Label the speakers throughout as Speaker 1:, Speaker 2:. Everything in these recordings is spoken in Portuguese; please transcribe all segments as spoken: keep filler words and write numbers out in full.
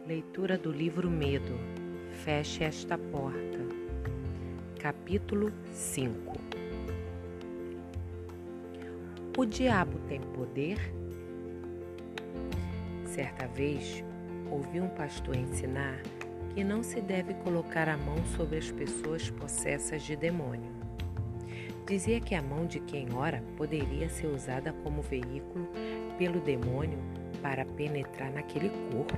Speaker 1: Leitura do livro Medo. Feche esta porta. Capítulo cinco. O diabo tem poder? Certa vez, ouvi um pastor ensinar que não se deve colocar a mão sobre as pessoas possessas de demônio. Dizia que a mão de quem ora poderia ser usada como veículo pelo demônio para penetrar naquele corpo.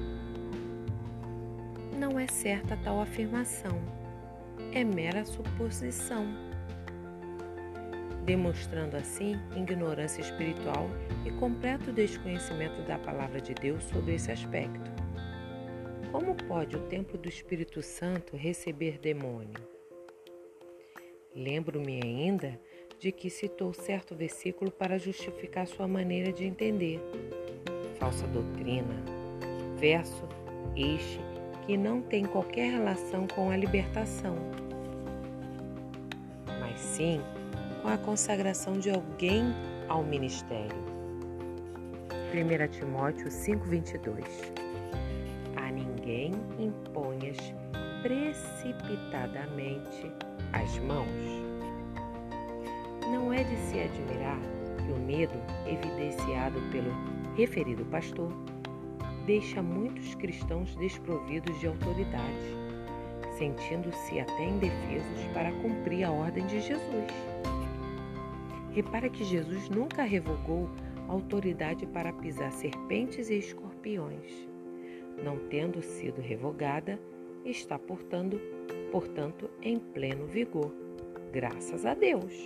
Speaker 1: Não é certa tal afirmação, é mera suposição, demonstrando assim ignorância espiritual e completo desconhecimento da palavra de Deus sobre esse aspecto. Como pode o templo do Espírito Santo receber demônio? Lembro-me ainda de que citou certo versículo para justificar sua maneira de entender. Falsa doutrina. Verso este que não tem qualquer relação com a libertação, mas sim com a consagração de alguém ao ministério. primeira Timóteo cinco, vinte e dois. A ninguém imponhas precipitadamente as mãos. Não é de se admirar que o medo evidenciado pelo referido pastor deixa muitos cristãos desprovidos de autoridade, sentindo-se até indefesos para cumprir a ordem de Jesus. Repara que Jesus nunca revogou a autoridade para pisar serpentes e escorpiões. Não tendo sido revogada, está, portanto, portanto, em pleno vigor. Graças a Deus.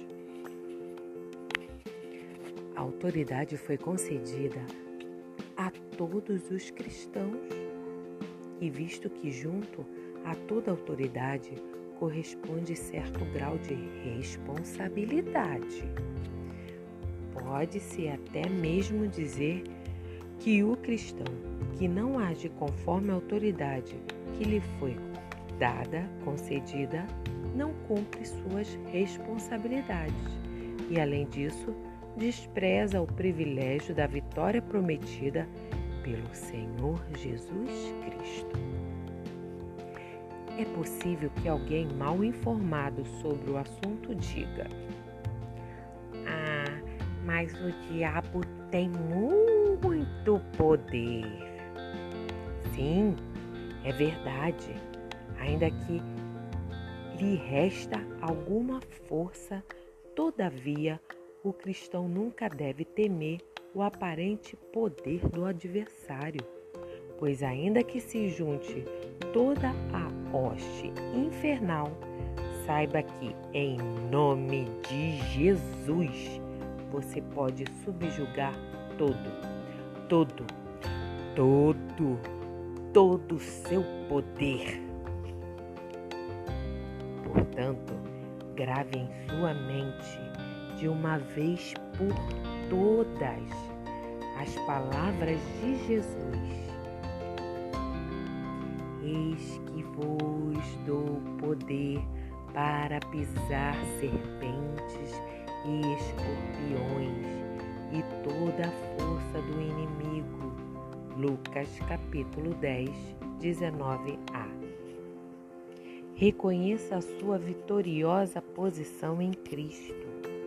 Speaker 1: A autoridade foi concedida a todos os cristãos, e visto que junto a toda autoridade corresponde certo grau de responsabilidade, pode-se até mesmo dizer que o cristão que não age conforme a autoridade que lhe foi dada, concedida, não cumpre suas responsabilidades e, além disso, despreza o privilégio da vitória prometida pelo Senhor Jesus Cristo. É possível que alguém mal informado sobre o assunto diga: Ah, mas o diabo tem muito poder. Sim, é verdade, ainda que lhe resta alguma força, todavia, o cristão nunca deve temer o aparente poder do adversário, pois ainda que se junte toda a hoste infernal, saiba que, em nome de Jesus, você pode subjugar todo, todo, todo, todo o seu poder. Portanto, grave em sua mente de uma vez por todas as palavras de Jesus: Eis que vos dou poder para pisar serpentes e escorpiões e toda a força do inimigo. Lucas capítulo dez, dezenove a. Reconheça a sua vitoriosa posição em Cristo.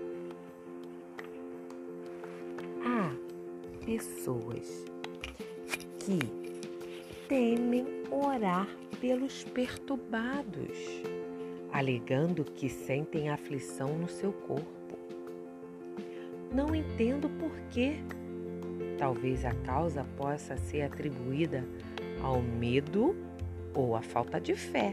Speaker 1: Há pessoas que temem orar pelos perturbados, alegando que sentem aflição no seu corpo. Não entendo por quê. Talvez a causa possa ser atribuída ao medo ou à falta de fé.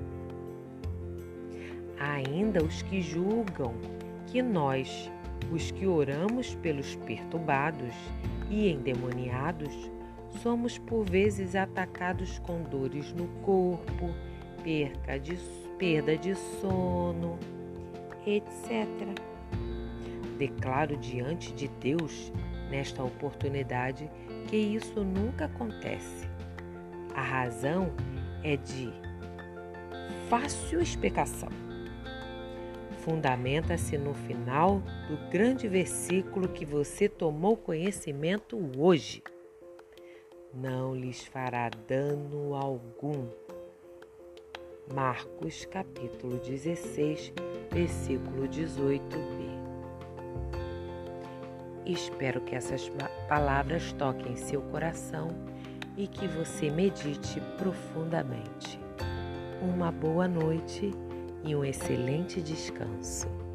Speaker 1: Há ainda os que julgam que nós, os que oramos pelos perturbados e endemoniados, somos por vezes atacados com dores no corpo, perca de, perda de sono, etcétera. Declaro diante de Deus, nesta oportunidade, que isso nunca acontece. A razão é de fácil explicação. Fundamenta-se no final do grande versículo que você tomou conhecimento hoje. não lhes fará dano algum. Marcos capítulo dezesseis, versículo dezoito b. Espero que essas palavras toquem seu coração e que você medite profundamente. Uma boa noite e um excelente descanso.